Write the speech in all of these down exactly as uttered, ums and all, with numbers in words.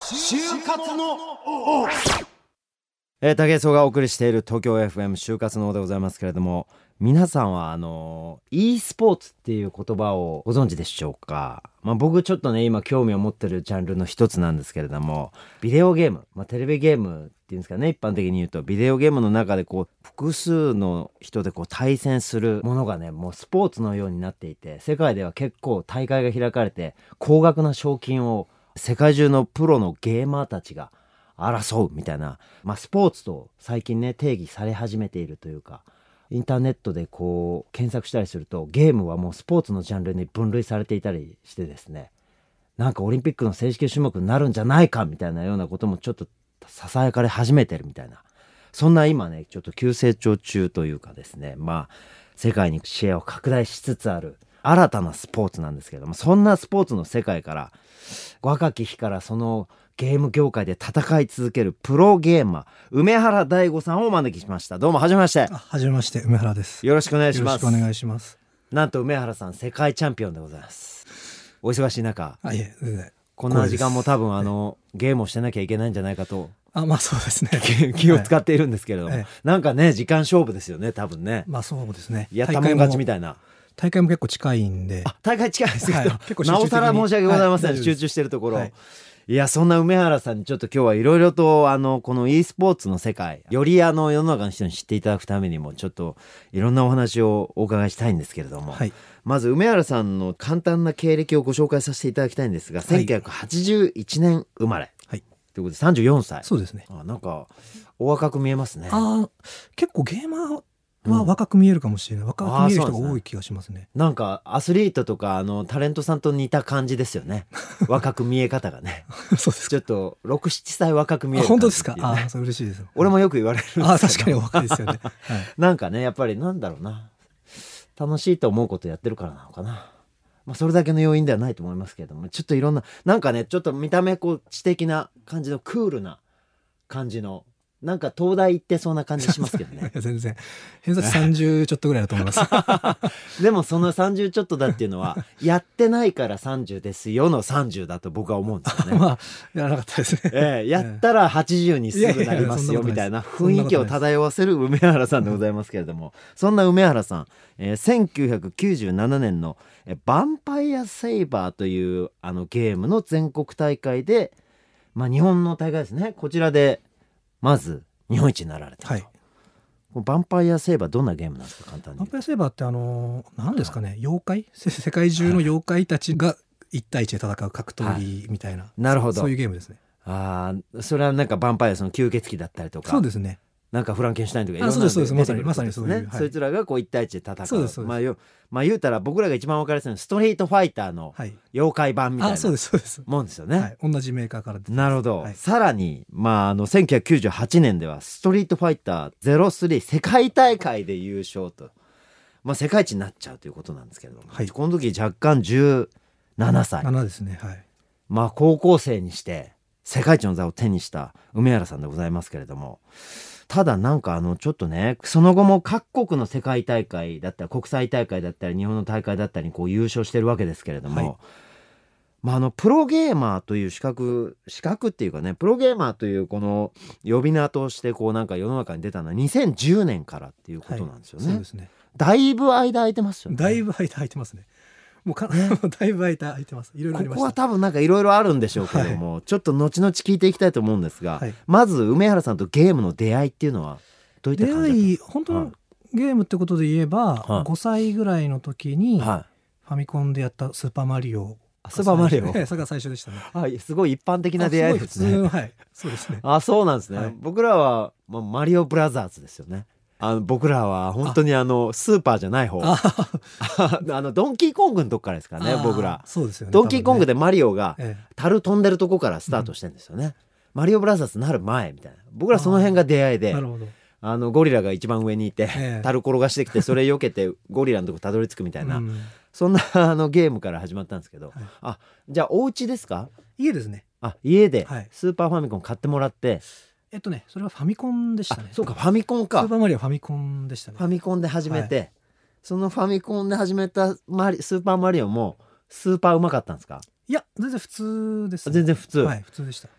就活の王、 えー、武井壮がお送りしている東京 エフエム 就活の王でございますけれども、皆さんはあの e スポーツっていう言葉をご存知でしょうか。まあ、僕ちょっとね今興味を持ってるジャンルの一つなんですけれども、ビデオゲーム、まあ、テレビゲームっていうんですかね、一般的に言うとビデオゲームの中でこう複数の人でこう対戦するものがねもうスポーツのようになっていて、世界では結構大会が開かれて高額な賞金を世界中のプロのゲーマーたちが争うみたいな、まあ、スポーツと最近ね定義され始めているというか、インターネットでこう検索したりするとゲームはもうスポーツのジャンルに分類されていたりしてですね、なんかオリンピックの正式種目になるんじゃないかみたいなようなこともちょっとささやかれ始めてるみたいな、そんな今ねちょっと急成長中というかですね、まあ世界にシェアを拡大しつつある新たなスポーツなんですけれども、そんなスポーツの世界から若き日からそのゲーム業界で戦い続けるプロゲーマー梅原大吾さんをお招きしました。どうもはじめまして。 あ、はじめまして、梅原です。 よろしくお願いします。 よろしくお願いします。 なんと梅原さん世界チャンピオンでございます。お忙しい中、 あ、いえ、全然こんな時間も多分あの、はい、ゲームをしてなきゃいけないんじゃないかと、 あ、まあそうですね気を使っているんですけれども、はい、なんかね時間勝負ですよね多分ね。 まあそうですね、 やったもん勝ちみたいな。 大会も結構近いんで。 あ、大会近いですけど、はい、 結構なおさら申し訳ございません、はい、集中しているところ、はい、いやそんな梅原さんにちょっと今日はいろいろとあのこの e スポーツの世界よりあの世の中の人に知っていただくためにもちょっといろんなお話をお伺いしたいんですけれども、はい、まず梅原さんの簡単な経歴をご紹介させていただきたいんですが、はい、せんきゅうひゃくはちじゅういちねん生まれ、はい、ということでさんじゅうよんさい。 そうですね。 あ、なんかお若く見えますね。 あ、結構ゲーマーは若く見えるかもしれない、うん、若く見える人が多い気がしますね。 なんかアスリートとかあのタレントさんと似た感じですよね若く見え方がねそうですか。 ちょっとろく、ななさい若く見える感じ、ね、 本当ですか。あ、それ嬉しいです。 俺もよく言われるんですけど、 あ、確かにお若いですよね、はい、 なんかねやっぱりなんだろうな、楽しいと思うことやってるからなのかな。まあ、それだけの要因ではないと思いますけれども、ちょっといろんななんかねちょっと見た目こう知的な感じのクールな感じの、なんか東大行ってそうな感じしますけどねいや全然偏差値さんじゅうちょっとぐらいだと思いますでもそのさんじゅうちょっとだっていうのはやってないからさんじゅうですよのさんじゅうだと僕は思うんですよね。 まあやらなかったですね、 えー、やったらはちじゅうにすぐなりますよみたいな雰囲気を漂わせる梅原さんでございますけれども、そんな梅原さん、えー、せんきゅうひゃくきゅうじゅうななねんのヴァンパイアセイバーというあのゲームの全国大会で、まあ日本の大会ですね、こちらでまず日本一になられたと、はい、ヴァンパイアセーバーどんなゲームなんですか、簡単に。 ヴァンパイアセーバーってあの何ですかね、はい、妖怪、世界中の妖怪たちがいち対いちで戦う格闘技みたいな、はい、 なるほど、 そういうゲームですね。 ああ、それはなんかヴァンパイアその吸血鬼だったりとか。 そうですね。 なんかフランケンシュタインとかいろんなのが出てくるんですね。まさにそういう、はい、そいつらがこういち対いちで戦う。 そうですそうです。 まあよ、まあ言うたら僕らが一番分かりやすいのはストリートファイターの妖怪版みたいな、はい、あ、そうですそうですもんですよね、はい、 同じメーカーから出てます。 なるほど、 はい、 さらに、まあ、あのせんきゅうひゃくきゅうじゅうはちねんではストリートファイターゼロスリー世界大会で優勝と、まあ、世界一になっちゃうということなんですけれども、はい、この時若干じゅうななさい、 ななですね、はい、 まあ高校生にして世界一の座を手にした梅原さんでございますけれども、ただなんかあのちょっとねその後も各国の世界大会だったり国際大会だったり日本の大会だったりにこう優勝してるわけですけれども、はい、まあ、あのプロゲーマーという資格資格っていうかね、プロゲーマーというこの呼び名としてこうなんか世の中に出たのはにせんじゅうねんからっていうことなんですよね、はい、そうですね。だいぶ間空いてますよね。 だいぶ間空いてますね。もうか、ね、だいぶ間空いてます。いろいろありました。 ここは多分なんかいろいろあるんでしょうけども、はい、ちょっと後々聞いていきたいと思うんですが、はい、まず梅原さんとゲームの出会いっていうのはどういった感じだったんですか。出会い、 本当にゲームってことで言えば、はい、ごさいぐらいの時に、はい、ファミコンでやったスーパーマリオ、 スーパーマリオ、 それが最初でしたね。 あ、すごい一般的な出会いですね。 はい、そうですね。 あ、そうなんですね、はい、僕らは、まあ、マリオブラザーズですよね。あの僕らは本当にあのスーパーじゃない方、 あ, あのドンキーコングのとこからですからね。僕らそうですよね。 ドンキーコングでマリオが樽飛んでるとこからスタートしてるんですよね、うん、マリオブラザーズなる前みたいな、僕らその辺が出会いで、なるほど、あのゴリラが一番上にいて、ええ、樽転がしてきてそれ避けてゴリラのとこたどり着くみたいな、うん、そんなあのゲームから始まったんですけど、はい、あ、じゃあお家ですか。 家ですね。 あ、家でスーパーファミコン買ってもらって、はい、 えっとね、それはファミコンでしたね。 そうか、ファミコンか。 スーパーマリオファミコンでしたね。 ファミコンで始めて、はい、そのファミコンで始めたマリスーパーマリオもスーパーうまかったんですか。 いや全然普通です、ね、 全然普通、 はい、普通でした。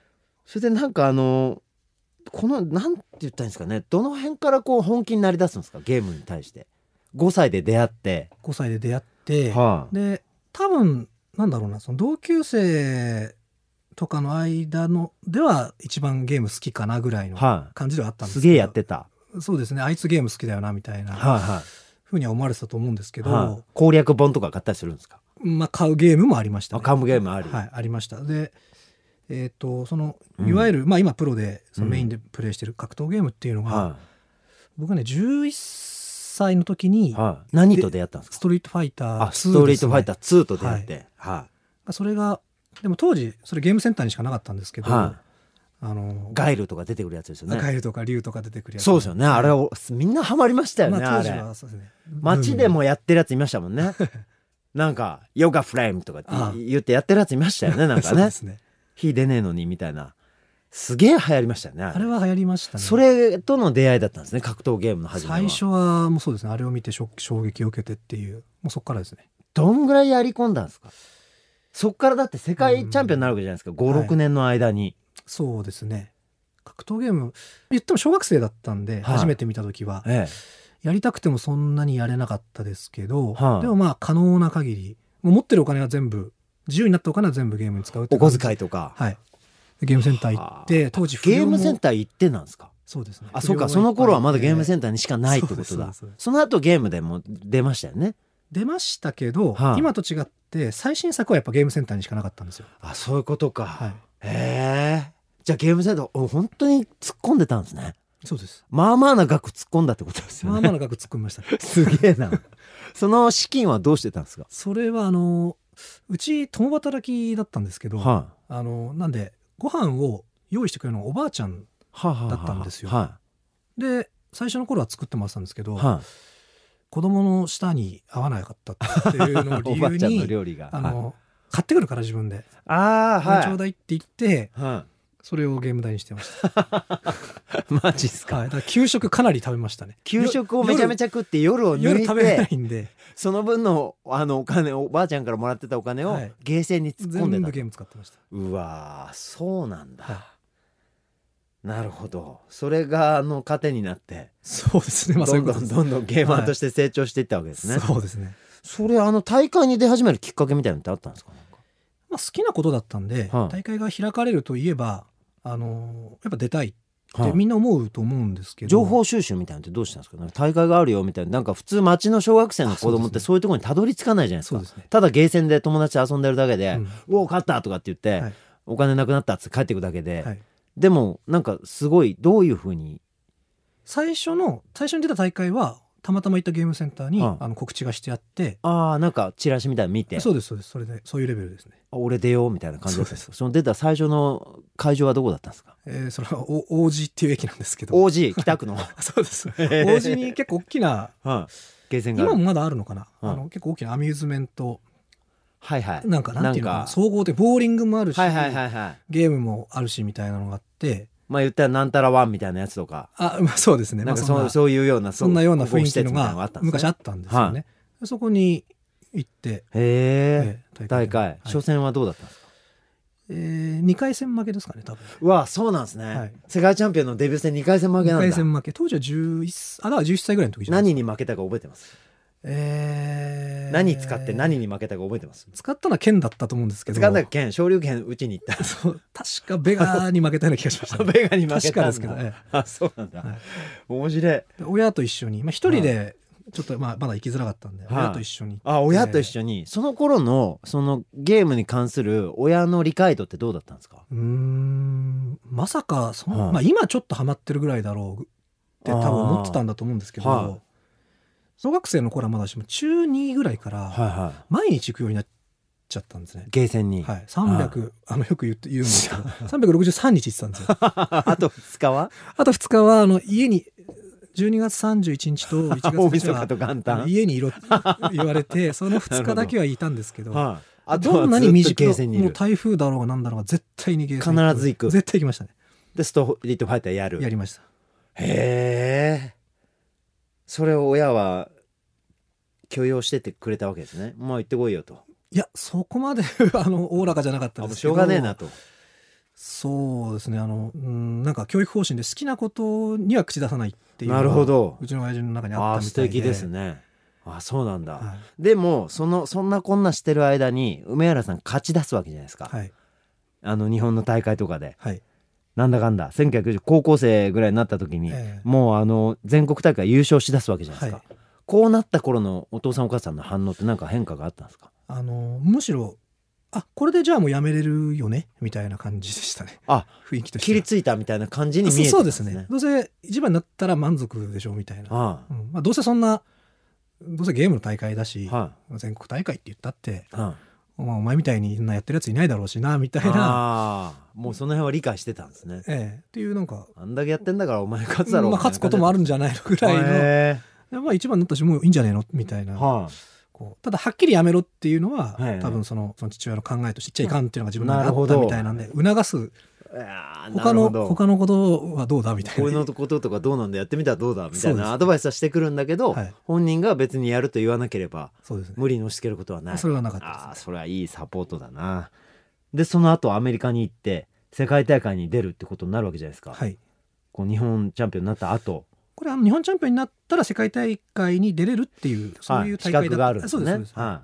それでなんかあのこのなんて言ったらいいんですかね、どの辺からこう本気になりだすんですか、ゲームに対して。ごさいで出会って、 ごさいで出会って、 はあ、 で多分なんだろうな、その同級生とかの間のでは一番ゲーム好きかなぐらいの感じではあったんですけど、 すげえやってた。 そうですね、あいつゲーム好きだよなみたいな、 はいはい、 ふうには思われてたと思うんですけど、 はい、攻略本とか買ったりするんですか。 まあ買うゲームもありましたね。 あ、買うゲームあり、 はい、ありました。でえー、とそのいわゆる、うん、まあ、今プロでそのメインでプレイしてる格闘ゲームっていうのが、うん、僕はねじゅういっさいの時に、 はい、何と出会ったんですか。 ストリートファイターツーですね。 ストリートファイターツーと出会って、はいはい、 それがでも当時それゲームセンターにしかなかったんですけど、はい、あのガイルとか出てくるやつですよね。 ガイルとか竜とか出てくるやつ。 そうですよね、あれをみんなハマりましたよね、 まあ、当時はそうですね、 街でもやってるやついましたもんねなんかヨガフレームとかって言ってやってるやついましたよね、なんかね。そうですね、火出ねえのにみたいな、すげえ流行りましたよね。あれ、 あれは流行りましたね。 それとの出会いだったんですね、格闘ゲームの始めは。 最初はもうそうですね、あれを見て衝撃を受けてっていう、もうそっからですね。 どんぐらいやり込んだんですか。そっからだって世界チャンピオンになるわけじゃないですか、ご、ろくねんの間に、はい、 そうですね。格闘ゲーム言っても小学生だったんで、はい、初めて見た時は、ええ、やりたくてもそんなにやれなかったですけど、はあ、でもまあ可能な限り、もう持ってるお金は全部、自由になったお金は全部ゲームに使うってお小遣いとか、 はい、ゲームセンター行って、当時ゲームセンター行ってなんですか。 そうですね。 あ、そうか、その頃はまだゲームセンターにしかないってことだ。そ, その後ゲームでも出ましたよね。 出ましたけど、はあ、今と違って最新作はやっぱゲームセンターにしかなかったんですよ。 あ、そういうことか。 はい、 へえ。じゃあゲームセンター本当に突っ込んでたんですね。 そうです。 まあまあな額突っ込んだってことですよね。 まあまあな額突っ込みました、ね、 すげえなその資金はどうしてたんですか。 それはあのうち共働きだったんですけど、はあ、あのなんでご飯を用意してくれるのがおばあちゃんだったんですよ。はあはあはあ、で最初の頃は作ってもらってたんですけど、はあ、子供の舌に合わなかったっていうのを理由におばあちゃんの料理があの、はい、買ってくるから自分で、 あ、はい、 ちょうだいって言って、 はい、 それをゲーム代にしてましたマジっすか。 はい、だから給食かなり食べましたね。 給食をめちゃめちゃ食って夜を抜いて、 夜食べれないんで、 その分のあのお金をおばあちゃんからもらってたお金をゲーセンに突っ込んでた、はい、 全部ゲーム使ってました。 うわ、そうなんだ、はい、なるほど。それがあの糧になって、 そうですね、まあ、 どんどんどんどんゲーマーとして成長していったわけですね。 はい、そうですね。 それあの大会に出始めるきっかけみたいなのってあったんですか。なんか、 まあ、好きなことだったんで、はあ、大会が開かれるといえばあのやっぱ出たいってみんな思うと思うんですけど、 情報収集みたいなのってどうしたんですか。なんか大会があるよみたいな、なんか普通町の小学生の子供ってそういうところにたどり着かないじゃないですか。そうですね、ただゲーセンで友達と遊んでるだけで、うん、おお勝ったとかって言って、はい、お金なくなったって帰ってくだけで、はい、でもなんかすごいどういうふうに最初の最初に出た大会はたまたま行ったゲームセンターに、はあ、あの告知がしてあって、 ああ、なんかチラシみたいなの見て、 そうですそうです、それでそういうレベルですね。 あ、俺出ようみたいな感じだったんですか。その出た最初の会場はどこだったんですか。 えー、それはお王子っていう駅なんですけど、 王子北区のそうです王子に結構大きな、はあ、 ゲーセンがある。 今もまだあるのかな、はあ、あの結構大きなアミューズメント、 はいはい、 なんかなんていうのかな、総合でボーリングもあるし、 はいはいはいはい、 ゲームもあるしみたいなのがあって、 まあ言ったらなんたらワンみたいなやつとか、 あ、まあ、そうですね、 なんか そ, まあ、そ, そういうようなそんなような雰囲気のが昔あったんですよね。はあ、そこに行って、 へえ、大会、大会、はい、初戦はどうだったんですか。 えー、にかい戦負けですかね、多分。 うわ、そうなんですね、はい、世界チャンピオンのデビュー戦にかい戦負けなんだ。 にかい戦負け、当時はじゅういっさい、あ、だからじゅういっさいぐらいの時じゃないですか。 何に負けたか覚えてます。 えー、 何使って何に負けたか覚えてます。 使ったのは剣だったと思うんですけど、 使ったのは剣、昇竜拳打ちに行ったそう、確かベガに負けたような気がしました、ね、 ベガに負けたんだ。 確かですけど、ええ、 あ、そうなんだ、はい、面白い。 親と一緒に、まあ、一人でちょっと、まあ、まだ行きづらかったんで、はい、親と一緒に。 あ、親と一緒に。その頃のそのゲームに関する親の理解度ってどうだったんですか。 うーん、まさかその、はい、まあ、今ちょっとハマってるぐらいだろうって多分思ってたんだと思うんですけど、はい、小学生の頃はまだしも中にぐらいから毎日行くようになっちゃったんですね、 ゲーセンに。 はい、さんびゃく、あのよく言って言うんですけどさんびゃくろくじゅうさんにち行ってたんですよあとふつかはあとふつかはあの家にじゅうにがつさんじゅういちにちといちがつついたちは家にいろ言われてそのふつかだけはいたんですけどはあ、あとはどんなに短いもう台風だろうがなんだろうが絶対にゲーセン必ず行く。 絶対行きましたね。 でストリートファイターやる。 やりました。 へえ。それを親は許容しててくれたわけですね。まあ行ってこいよと。 いや、そこまであのおおらかじゃなかったんですけど、 もうしょうがねえなと。 そうですね、あの、うん、なんか教育方針で好きなことには口出さないっていうのがなるほど、 うちの親父の中にあったみたいで。 あ、素敵ですね。あ、そうなんだ、 はい、 でもそのそんなこんなしてる間に梅原さん勝ち出すわけじゃないですか、 はい、 あの日本の大会とかで、 はい、 なんだかんだせんきゅうひゃくきゅうじゅう高校生ぐらいになった時に、 ええ、 もうあの全国大会優勝しだすわけじゃないですか、 はい、 こうなった頃のお父さんお母さんの反応って何か変化があったんですか？ あのむしろ、あ、これでじゃあもうやめれるよねみたいな感じでしたね。 あ、 雰囲気として切りついたみたいな感じに見えてたんですね。 そうですね。どうせ一番になったら満足でしょうみたいな。 ああ、 うんまあ、どうせそんなどうせゲームの大会だし、 は全国大会って言ったって、 あはあ、 まあ、お前みたいにやってるやついないだろうしなみたいな、 ああ、もうその辺は理解してたんですね。 ええ、っていうなんか、 あんだけやってんだからお前勝つだろう、 まあ、勝つこともあるんじゃないのぐらいの、 へでまあ、一番になったしもういいんじゃねえのみたいな、 え、はあ、 こうただはっきりやめろっていうのは、 はいはい、 多分そのその父親の考えとして言っちゃいかんっていうのが自分の中にあったなるほどみたいなんで、促すいやー、な他のるほど、 他のことはどうだみたいな、 こういうのこととかどうなんだ、やってみたらどうだみたいそうですなアドバイスはしてくるんだけど、 はい、 本人が別にやると言わなければそうですね、 無理に押し付けることはない。 それはなかったですね。 ああ、それはいいサポートだな。でその後アメリカに行って世界大会に出るってことになるわけじゃないですか、 はい、 こう日本チャンピオンになった後、 これは日本チャンピオンになったら世界大会に出れるっていうそういう大会だ、 はい、資格があるんですね。 そうですそうです、 はい、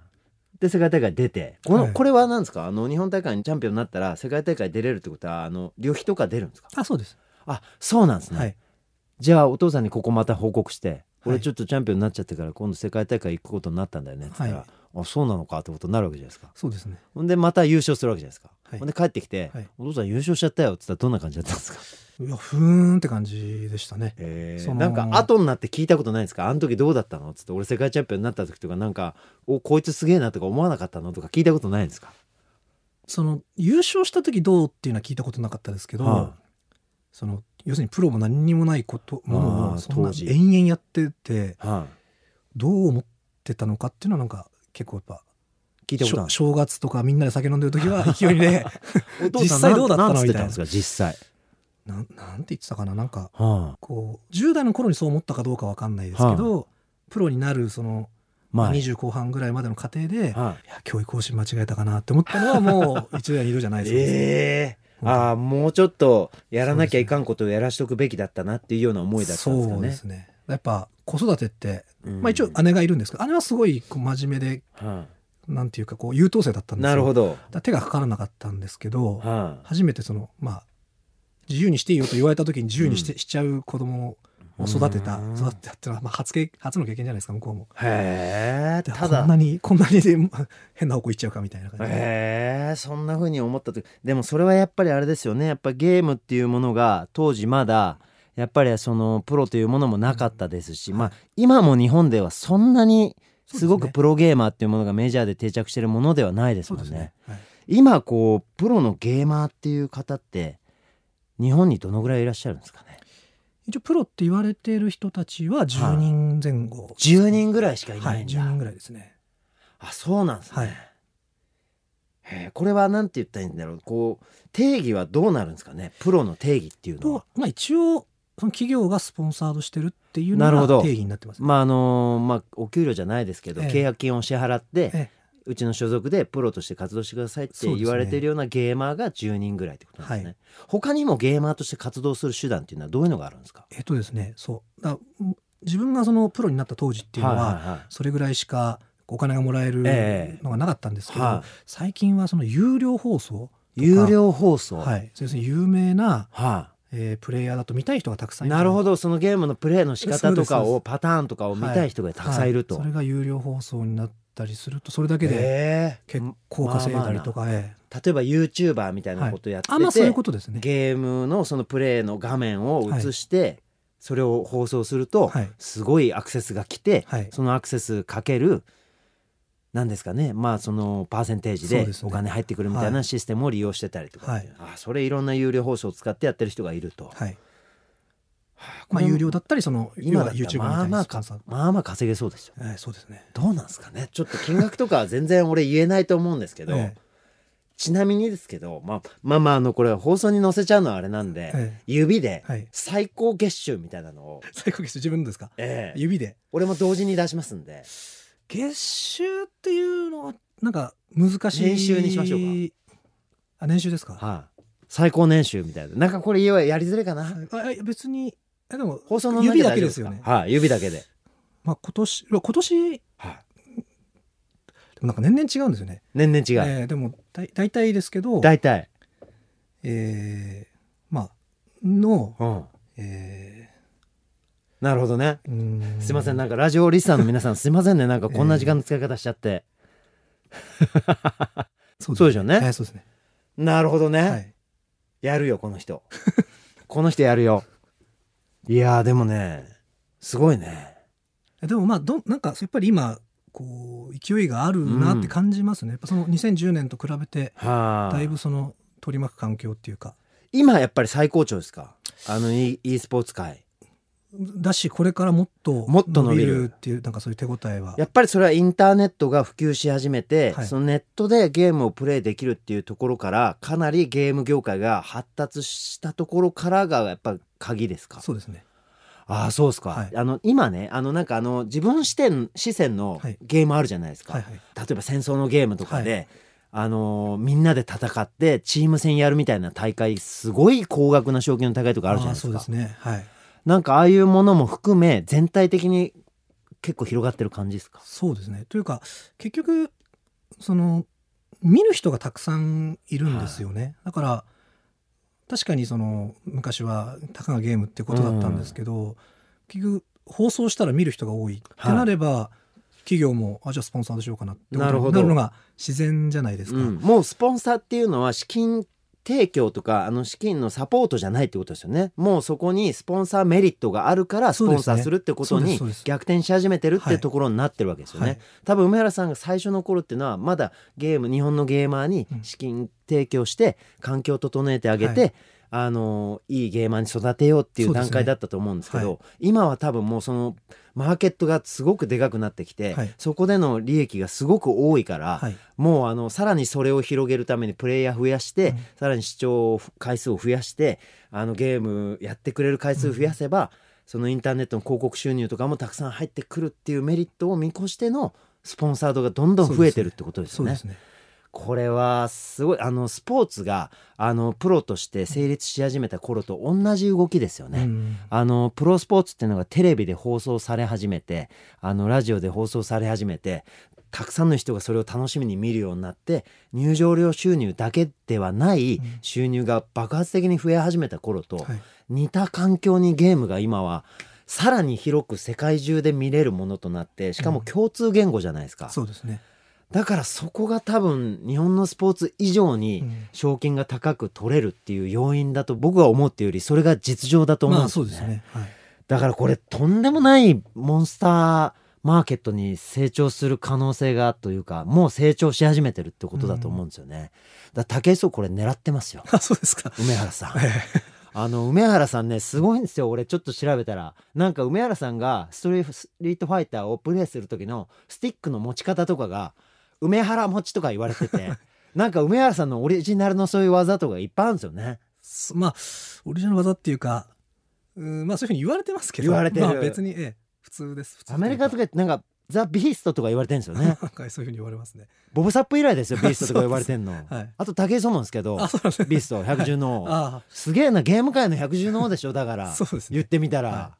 で世界大会出てこの、 はい、 これは何ですか、あの日本大会にチャンピオンになったら世界大会出れるってことはあの旅費とか出るんですか？ あ、そうです。 あ、そうなんですね、 はい、 じゃあお父さんにここまた報告して、 はい、 俺ちょっとチャンピオンになっちゃってから今度世界大会行くことになったんだよねって言ったら、はい、あ、そうなのかってことになるわけじゃないですか。 そうですね。 ほんでまた優勝するわけじゃないですか、 はい、 ほんで帰ってきて、はい、お父さん優勝しちゃったよって言ったらどんな感じだったんですか？ いや、ふーんって感じでしたね。 えー、なんか後になって聞いたことないですか？あの時どうだったのっつって、俺世界チャンピオンになった時とかなんか、お、こいつすげえなとか思わなかったのとか聞いたことないんですか？ その優勝した時どうっていうのは聞いたことなかったですけど、はあ、その要するにプロも何にもないことものをそんな延々やってて、はあ、どう思ってたのかっていうのはなんか結構やっぱ聞いたことない。 正月とかみんなで酒飲んでる時は勢いで実際どうだったのみたいな。 実際な, なんて言ってたかな、なんか、はあ、こうじゅう代の頃にそう思ったかどうか分かんないですけど、はあ、プロになるその、まあ、にじゅう後半ぐらいまでの過程で、はあ、いや教育方針間違えたかなって思ったのはもう一度や二度じゃないですか、 えー、ああ、もうちょっとやらなきゃいかんことをやらしとくべきだったなっていうような思いだったんですかね。 そうですね。やっぱ子育てって、うん、まあ、一応姉がいるんですけど、姉はすごいこう真面目で、はあ、なんていうかこう優等生だったんですよ。 なるほど。 だ手がかからなかったんですけど、 はあ、 初めてそのまあ自由にしていいよと言われた時に自由にして、うん、しちゃう子供を育てた、育てたっていうのは、まあ、初経初の経験じゃないですか、向こうも。 へえ。ただこんなにこんなにで変な方向行っちゃうかみたいな感じで。 へえ、そんな風に思った時、でもそれはやっぱりあれですよね。やっぱゲームっていうものが当時まだやっぱりそのプロというものもなかったですし、うん、まあ今も日本ではそんなにすごくプロゲーマーっていうものがメジャーで定着してるものではないですもんね。ね、はい、今こうプロのゲーマーっていう方って日本にどのぐらいいらっしゃるんですかね。 一応プロって言われている人たちはじゅうにんぜん後、 はい、じゅうにんぐらいしかいないんだ。 はい、じゅうにんぐらいですね。 あ、そうなんですね。はい、へ、これはなんて言ったらいいんだろう。こう定義はどうなるんですかね。プロの定義っていうのは。 まあ、一応その企業がスポンサードしてるっていうのが定義になってます、ね。 まああのー、まあお給料じゃないですけど、 ええ、 契約金を支払って、ええ、うちの所属でプロとして活動してくださいって言われているようなゲーマーがじゅうにんぐらいってことなんですね。はい、他にもゲーマーとして活動する手段っていうのはどういうのがあるんですか？ えっとですね、そうだ自分がそのプロになった当時っていうのは、はいはいはい、それぐらいしかお金がもらえるのがなかったんですけど、えーはい、最近はその有料放送とか、 有料放送、 はい、要するに有名な、はい、えー、プレイヤーだと見たい人がたくさんいる。 なるほど。そのゲームのプレイの仕方とかをパターンとかを見たい人がたくさんいると、 はいはい、それが有料放送になったりするとそれだけで結構稼いだりとか、まあまあ、例えば YouTuber みたいなことやってて、はい、 あ、まあ、そういうことですね。 ゲームのそのプレイの画面を映して、はい、それを放送すると、はい、すごいアクセスが来て、はい、そのアクセスかけるなんですかね、まあそのパーセンテージでお金入ってくるみたいなシステムを利用してたりとか、はい、あ、それいろんな有料放送を使ってやってる人がいると、はい、 はあ、まあ、有料だったりその今だったら YouTuber みたいなまあまあかまあまあ稼げそうですよ、 えー、そうですね。 どうなんですかね。ちょっと金額とかは全然俺言えないと思うんですけど、えー、ちなみにですけど、まあ、まあまああのこれ放送に載せちゃうのはあれなんで、えー、指で最高月収みたいなのを、はい、 最高月収自分ですか、えー、指で俺も同時に出しますんで。 月収っていうのはなんか難しい。 年収にしましょうか。 あ、年収ですか。 はい、あ、 最高年収みたいな。なんかこれやりづらいかな。 あ別にでも放送の指だけですよね。 はい、指だけで。 まあ今年今年、はい、でもなんか年々違うんですよね。 年々違う。 えー、でもだ大体ですけど。 大体。 えー、まあの、 うんえー、なるほどね。すいません、なんかラジオリスナーの皆さんすいませんね、なんかこんな時間の使い方しちゃって。えー、そうでしょうね。 はい、そうですね。 なるほどね。はい、やるよこの人。この人やるよ。いやーでもね、すごいね。 でもまあどなんかやっぱり今こう勢いがあるなって感じますね。うん、やっぱそのにせんじゅうねんと比べてだいぶその取り巻く環境っていうか。 今やっぱり最高潮ですか、あの e, e スポーツ界だし、これからもっと伸びるっていうなんかそういう手応えはやっぱりそれはインターネットが普及し始めて、はい、そのネットでゲームをプレイできるっていうところからかなりゲーム業界が発達したところからがやっぱ鍵ですか。 そうですね。 ああそうですか、はい、あの今ねあのなんかあの自分視点視線のゲームあるじゃないですか、はいはいはい、例えば戦争のゲームとかで、はい、あのみんなで戦ってチーム戦やるみたいな大会すごい高額な賞金の高いとこあるじゃないですか。 そうですね、はい、 なんかああいうものも含め全体的に結構広がってる感じですか。 そうですね。というか結局その見る人がたくさんいるんですよね、はい、だから確かにその昔はたかがゲームってことだったんですけど、うん、結局放送したら見る人が多いってなれば、はい、企業もあじゃあスポンサーでしようかなってことになるのが自然じゃないですか、うん、 もうスポンサーっていうのは資金提供とかあの資金のサポートじゃないってことですよね。もうそこにスポンサーメリットがあるからスポンサーするってことに逆転し始めてるってところになってるわけですよね、はい、多分梅原さんが最初の頃っていうのはまだゲーム日本のゲーマーに資金提供して環境を整えてあげて、はい、あのいいゲーマーに育てようっていう段階だったと思うんですけど、はい、今は多分もうそのマーケットがすごくでかくなってきて、はい、そこでの利益がすごく多いから、はい、もうあのさらにそれを広げるためにプレイヤー増やして、うん、さらに視聴回数を増やしてあのゲームやってくれる回数増やせば、うん、そのインターネットの広告収入とかもたくさん入ってくるっていうメリットを見越してのスポンサードがどんどん増えてるってことですよね。そうですね。これはすごいあのスポーツがあのプロとして成立し始めた頃と同じ動きですよね、うん、あのプロスポーツっていうのがテレビで放送され始めてあのラジオで放送され始めてたくさんの人がそれを楽しみに見るようになって入場料収入だけではない収入が爆発的に増え始めた頃と似た環境にゲームが今はさらに広く世界中で見れるものとなってしかも共通言語じゃないですか、うん、 そうですね。 だからそこが多分日本のスポーツ以上に賞金が高く取れるっていう要因だと僕は思っているよりそれが実情だと思うんですよね、まあそうですね、はい、だからこれとんでもないモンスターマーケットに成長する可能性がというかもう成長し始めてるってことだと思うんですよね、うん、だから武井壮これ狙ってますよ。 あそうですか。 梅原さんあの梅原さんねすごいんですよ。俺ちょっと調べたらなんか梅原さんがストリートファイターをプレイする時のスティックの持ち方とかが梅原持ちとか言われててなんか梅原さんのオリジナルのそういう技とかいっぱいあるんですよね。 まあオリジナル技っていうかうんまあそういうふうに言われてますけど言われてる、 まあ、別に、ええ、普通です普通。 アメリカとかなんかザ・ビーストとか言われてるんですよねなんかそういうふうに言われますね。 ボブサップ以来ですよビーストとか言われてんのはい、 あと武井壮もんですけどあそうです、ね、 ビースト百獣の王すげえなゲーム界の百獣の王でしょだからそうです、ね、 言ってみたら、 はい、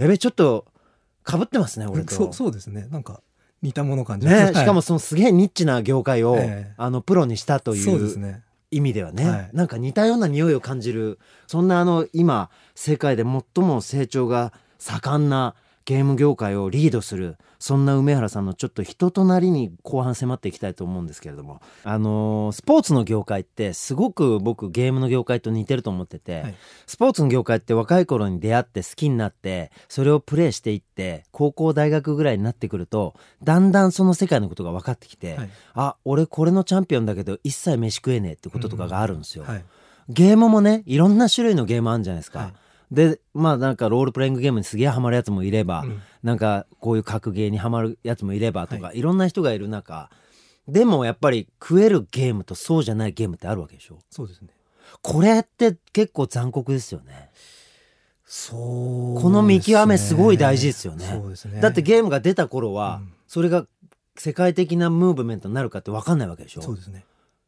やべちょっと被ってますね俺と。 そ, そうですねなんか似たもの感じね、しかもそのすげえニッチな業界を、 ええ、 あのプロにしたという意味ではね、はい、なんか似たような匂いを感じるそんなあの今世界で最も成長が盛んなゲーム業界をリードするそんな梅原さんのちょっと人となりに後半迫っていきたいと思うんですけれどもあのー、スポーツの業界ってすごく僕ゲームの業界と似てると思ってて、はい、スポーツの業界って若い頃に出会って好きになってそれをプレイしていって高校大学ぐらいになってくるとだんだんその世界のことが分かってきて、はい、あ俺これのチャンピオンだけど一切飯食えねえってこととかがあるんですよ、うんはい、ゲームもねいろんな種類のゲームあるんじゃないですか、はいでまあなんかロールプレイングゲームにすげえハマるやつもいれば、うん、なんかこういう格ゲーにハマるやつもいればとか、はい、いろんな人がいる中でもやっぱり食えるゲームとそうじゃないゲームってあるわけでしょ。 そうですね。 これって結構残酷ですよね。 そうですね。 この見極めすごい大事ですよね。 そうですね。 だってゲームが出た頃は、うん、それが世界的なムーブメントになるかって分かんないわけでしょ。 そうですね。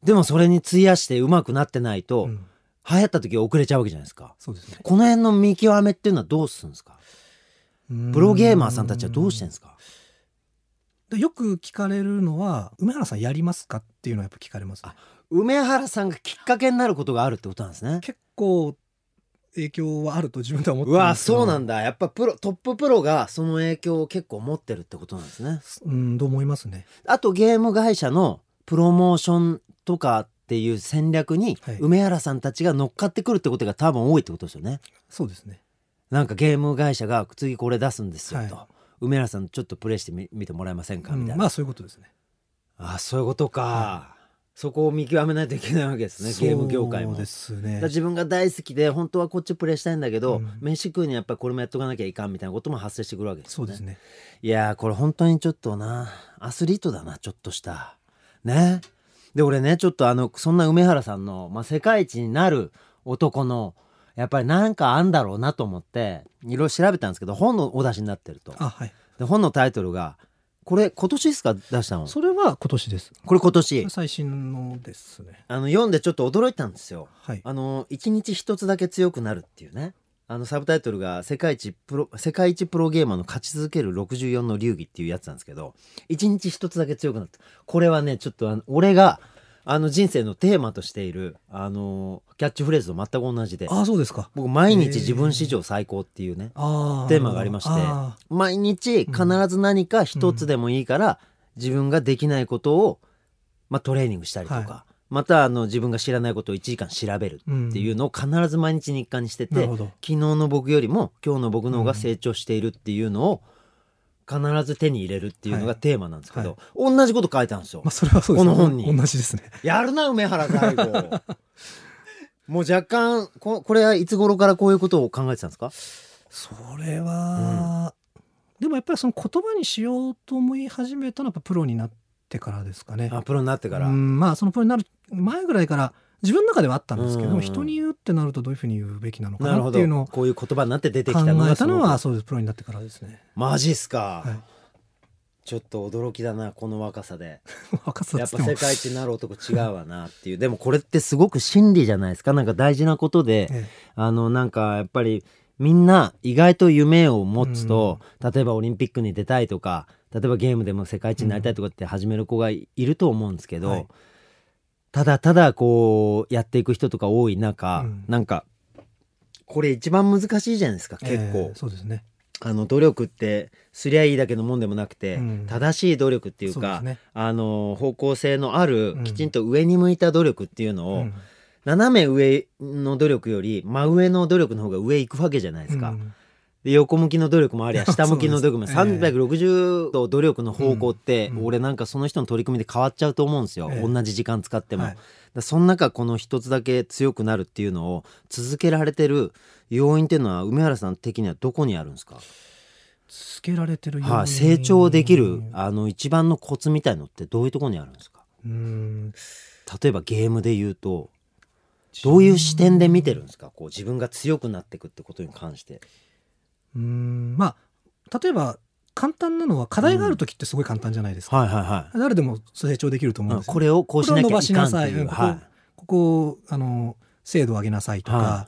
でもそれに費やして上手くなってないと、うん、流行った時遅れちゃうわけじゃないですか。 そうですね。 この辺の見極めっていうのはどうするんですか？プロゲーマーさんたちはどうしてんですか？ よく聞かれるのは梅原さんやりますかっていうのはやっぱ聞かれます、ね、あ、 梅原さんがきっかけになることがあるってことなんですね。 結構影響はあると自分では思ってるんですけど。 うわ、そうなんだ。やっぱプロトッププロがその影響を結構持ってるってことなんですね。 うんと思いますね。 あとゲーム会社のプロモーションとかっていう戦略に梅原さんたちが乗っかってくるってことが多分多いってことですよね。 そうですね。 なんかゲーム会社が次これ出すんですよと、はい、梅原さんちょっとプレイしてみ見てもらえませんかみたいな、 うん、まあそういうことですね。 あ、そういうことか、はい、そこを見極めないといけないわけですね、ゲーム業界も。 そうですね。 だ自分が大好きで本当はこっちプレイしたいんだけど、うん、飯食うにはやっぱりこれもやっとかなきゃいかんみたいなことも発生してくるわけですね。 そうですね。 いやーこれ本当にちょっとなアスリートだな、ちょっとしたね。で俺ねちょっとあのそんな梅原さんの、まあ、世界一になる男のやっぱりなんかあんだろうなと思っていろいろ調べたんですけど、本のお出しになってると。 あ、はい、 で本のタイトルがこれ今年ですか出したの？ それは今年です。 これ今年最新のですね。 あの読んでちょっと驚いたんですよ、 はい、 あの一日一つだけ強くなるっていうね、あのサブタイトルが世界一プロ世界一プロゲーマーの勝ち続けるろくじゅうよんの流儀っていうやつなんですけど、一日一つだけ強くなった。これはねちょっとあの俺があの人生のテーマとしているあのキャッチフレーズと全く同じで。 あ、そうですか。 僕毎日自分史上最高っていうね、えー、テーマがありまして、毎日必ず何か一つでもいいから、うん、自分ができないことを、まあ、トレーニングしたりとか、はい、またあの自分が知らないことをいちじかん調べるっていうのを必ず毎日日課にしてて、うん、昨日の僕よりも今日の僕の方が成長しているっていうのを必ず手に入れるっていうのがテーマなんですけど、はいはい、同じこと書いてあるんですよ、 まあ、それはそうですね、 この本に同じですね。 やるな梅原最後もう若干 こ, これはいつ頃からこういうことを考えてたんですか？ それは、うん、でもやっぱりその言葉にしようと思い始めたのはやっぱプロになってからですかね。 あ、プロになってから。 うん、まあそのプロになる前ぐらいから自分の中ではあったんですけど、うん、人に言うってなるとどういうふうに言うべきなのかなっていうのをこういう言葉になって出てきたのが考えたのはそうです、プロになってからですね。 マジっすか、 はい、 ちょっと驚きだなこの若さで若さやっぱ世界一になる男違うわなっていうでもこれってすごく真理じゃないですか。なんか大事なことで、ええ、あのなんかやっぱりみんな意外と夢を持つと、うん、例えばオリンピックに出たいとか例えばゲームでも世界一になりたいとかって始める子がいると思うんですけど、うん、はい、ただただこうやっていく人とか多い中、うん、なんかこれ一番難しいじゃないですか結構、 えー、そうですね。 あの努力ってすりゃいいだけのもんでもなくて、うん、正しい努力っていうか、ね、あの方向性のある、うん、きちんと上に向いた努力っていうのを、うん、斜め上の努力より真上の努力の方が上行くわけじゃないですか、うん、で横向きの努力もありゃ下向きの努力もさんびゃくろくじゅうど努力の方向って、うん、俺なんかその人の取り組みで変わっちゃうと思うんですよ、えー、同じ時間使っても、はい、だその中この一つだけ強くなるっていうのを続けられてる要因っていうのは梅原さん的にはどこにあるんですか？ 続けられてる要因、 はあ、成長できるあの一番のコツみたいのってどういうところにあるんですか？ うーん、 例えばゲームで言うとどういう視点で見てるんですか？こう自分が強くなっていくってことに関して。 うーん、まあ例えば簡単なのは課題がある時ってすごい簡単じゃないですか、 うん、はいはいはい、 誰でも成長できると思うんですよ、 これをこうしなきゃいかんっていう、 これを伸ばしなさい、ここ、はい、ここあの精度を上げなさいとか、はい、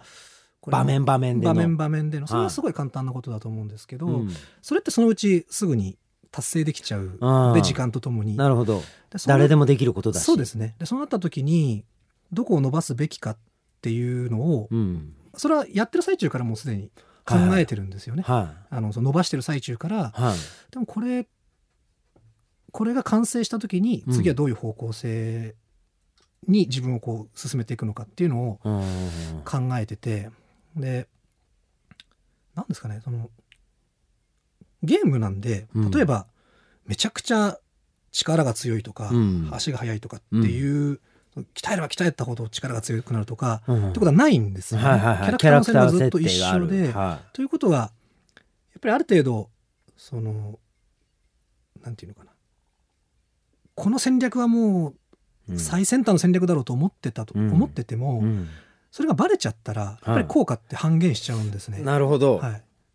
場面場面での場面場面でのそれはすごい簡単なことだと思うんですけど、はい、それってそのうちすぐに達成できちゃうで時間とともに。 なるほど、誰でもできることだし。 そうですね。でそうなった時にどこを伸ばすべきかっていうのを、うん、それはやってる最中からもうすでに考えてるんですよね、はいはい、あのその伸ばしてる最中から、はい、でもこれこれが完成した時に次はどういう方向性に自分をこう進めていくのかっていうのを考えてて、で何ですかね、そのゲームなんで例えばめちゃくちゃ力が強いとか、うん、足が速いとかっていう、うん鍛えれば鍛えたほど力が強くなるとか、うん、ってことはないんですよね、はいはいはい、キャラクターの線がずっと一緒で、はい、ということはやっぱりある程度そのなんていうのかな、この戦略はもう最先端の戦略だろうと思ってたと、うん、思ってても、うん、それがバレちゃったらやっぱり効果って半減しちゃうんですね、 はい、なるほど、 はい、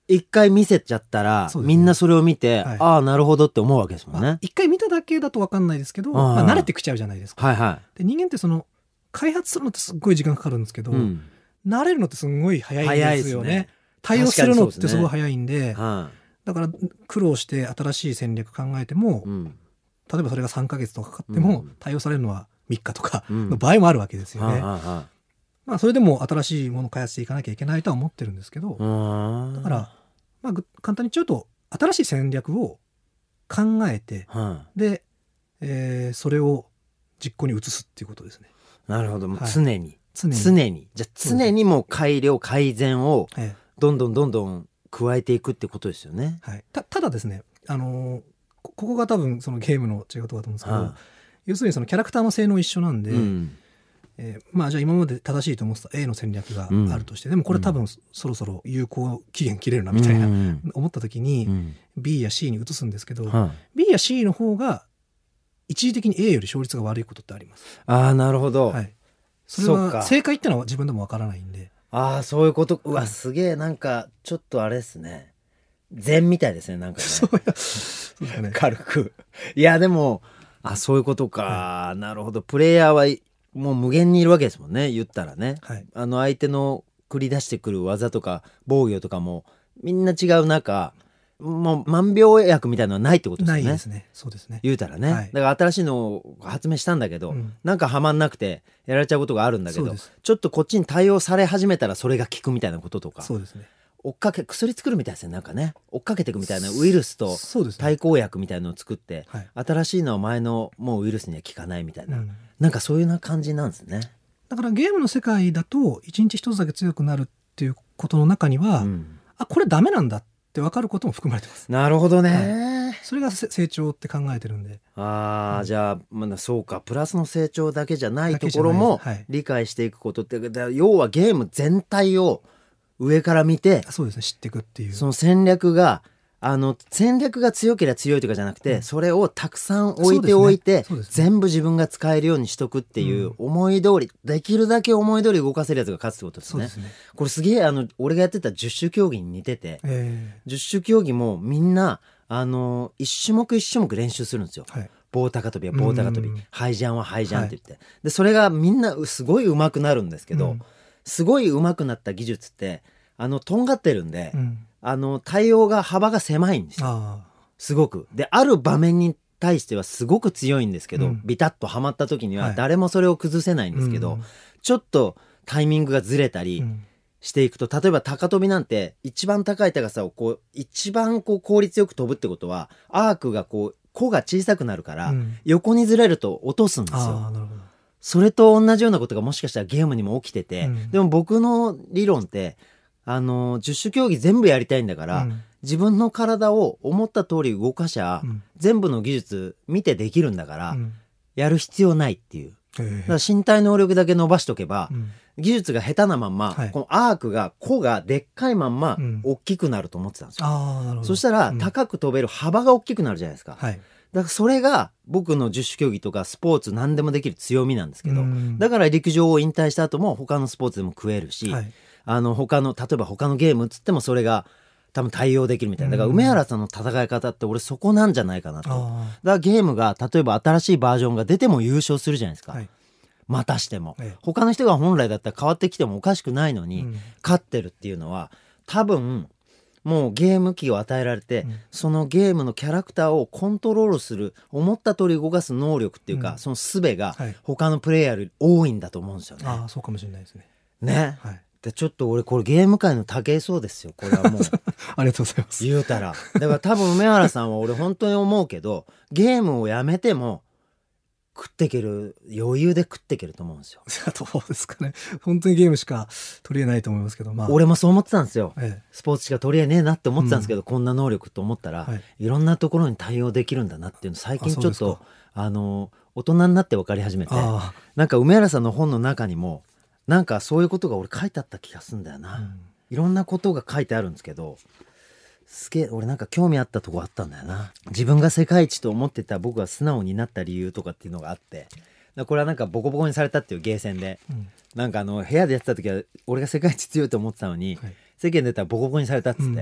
一回見せちゃったら、 そうですね、 みんなそれを見て、 はい、 ああなるほどって思うわけですもんね。 まあ、一回見ただけだと分かんないですけど、まあ、慣れてきちゃうじゃないですか。 はいはい、 で人間ってその開発するのってすっごい時間かかるんですけど、うん、慣れるのってすごい早いんですよね。ね対応するのってすごい早いんで、ね、はい、だから苦労して新しい戦略考えても、うん、例えばそれがさんかげつとかかかっても、うん、対応されるのはみっかとかの場合もあるわけですよね。うんはあはあ、まあ、それでも新しいものを開発していかなきゃいけないとは思ってるんですけど、だから、まあ、簡単に言っちゃうと新しい戦略を考えて、はあ、で、えー、それを実行に移すっていうことですね。 なるほど、もう常に、はい、常に常にじゃあ常にもう改良改善をどんどんどんどん加えていくってことですよね。 はい、た, ただですね、あのー、ここが多分そのゲームの違うところだと思うんですけど、はあ、要するにそのキャラクターの性能一緒なんで、うん、えー、まあじゃあ今まで正しいと思ってた A の戦略があるとして、うん、でもこれ多分そろそろ有効期限切れるなみたいな、うん、思った時に、うん、B や C に移すんですけど、はあ、B や C の方が一時的に A より勝率が悪いことってあります。 ああなるほど、はい、 それは正解ってのは自分でもわからないんで。 ああそういうこと。うわすげえ、なんかちょっとあれですね、禅みたいですね、なんかね。そうやそうですね、軽く。いやでもあそういうことか、はい、なるほど。プレイヤーはもう無限にいるわけですもんね、言ったらね、はい、あの相手の繰り出してくる技とか防御とかもみんな違う中、もう万病薬みたいなのはないってことですよね。 ないですね。そうですね。 言うたらね、はい、だから新しいのを発明したんだけど、うん、なんかはまんなくてやられちゃうことがあるんだけど、ちょっとこっちに対応され始めたらそれが効くみたいなこととか。 そうですね。 追っかけ薬作るみたいですね、なんかね、追っかけていくみたいな、ウイルスと対抗薬みたいなのを作って、はい、新しいのは前のもうウイルスには効かないみたいな、うん、なんかそういうような感じなんですね。 だからゲームの世界だと一日一つだけ強くなるっていうことの中には、うん、あこれダメなんだって分かることも含まれてます。 なるほどね、 はい、それが成長って考えてるんで。 あ、うん、じゃあ、まあ、そうか、プラスの成長だけじゃないところも理解していくことって、はい、要はゲーム全体を上から見て、 そうですね、知っていくっていう、 その戦略があの戦略が強ければ強いとかじゃなくて、うん、それをたくさん置いておいて、ねね、全部自分が使えるようにしとくっていう、思い通り、うん、できるだけ思い通り動かせるやつが勝つってことですね。そうですね。これすげえ、あの俺がやってた十種競技に似てて、えー、十種競技もみんなあの一種目一種目練習するんですよ、はい、棒高跳びは棒高跳び、ハイジャンはハイジャンって言って、はい、でそれがみんなすごい上手くなるんですけど、うん、すごい上手くなった技術ってあのとんがってるんで、うん、あの対応が幅が狭いんですよ、すごく。である場面に対してはすごく強いんですけど、うん、ビタッとはまった時には誰もそれを崩せないんですけど、はい、ちょっとタイミングがずれたりしていくと、例えば高跳びなんて一番高い高さをこう一番こう効率よく飛ぶってことは、アークがこう弧が小さくなるから、うん、横にずれると落とすんですよ。あ、なるほど。それと同じようなことがもしかしたらゲームにも起きてて、うん、でも僕の理論ってあの十種競技全部やりたいんだから、うん、自分の体を思った通り動かしゃ、うん、全部の技術見てできるんだから、うん、やる必要ないっていう。だから身体能力だけ伸ばしとけば、うん、技術が下手なまんま、はい、このアークが弧がでっかいまんま大きくなると思ってたんですよ、うん、あ、なるほど。そしたら、うん、高く飛べる幅が大きくなるじゃないですか、はい、だからそれが僕の十種競技とかスポーツ何でもできる強みなんですけど、うん、だから陸上を引退した後も他のスポーツでも食えるし、はい、あの他の例えば他のゲームっつってもそれが多分対応できるみたいな。だから梅原さんの戦い方って俺そこなんじゃないかなと。だからゲームが例えば新しいバージョンが出ても優勝するじゃないですか、はい、またしても、ええ、他の人が本来だったら変わってきてもおかしくないのに、うん、勝ってるっていうのは多分もうゲーム機を与えられて、うん、そのゲームのキャラクターをコントロールする思った通り動かす能力っていうか、うん、その術が他のプレイヤーより多いんだと思うんですよね。 ああ、そうかもしれないですね。 ね、はい、でちょっと俺これゲーム界の武井壮ですよ、これはもうありがとうございます。 言うたらだから多分梅原さんは俺本当に思うけどゲームをやめても食っていける、余裕で食っていけると思うんですよ。 どうですかね、本当にゲームしか取り得ないと思いますけど、まあ、 俺もそう思ってたんですよ、ええ、スポーツしか取り得ねえなって思ってたんですけど、うん、こんな能力と思ったら、はい、いろんなところに対応できるんだなっていうの最近ちょっと あ, あの大人になって分かり始めて、なんか梅原さんの本の中にもなんかそういうことが俺書いてあった気がするんだよな、うん、いろんなことが書いてあるんですけど、すげえ俺なんか興味あったとこあったんだよな。自分が世界一と思ってた僕が素直になった理由とかっていうのがあって、これはなんかボコボコにされたっていうゲーセンで、うん、なんかあの部屋でやってた時は俺が世界一強いと思ってたのに、はい、世間で言ったらボコボコにされたっつって、うん、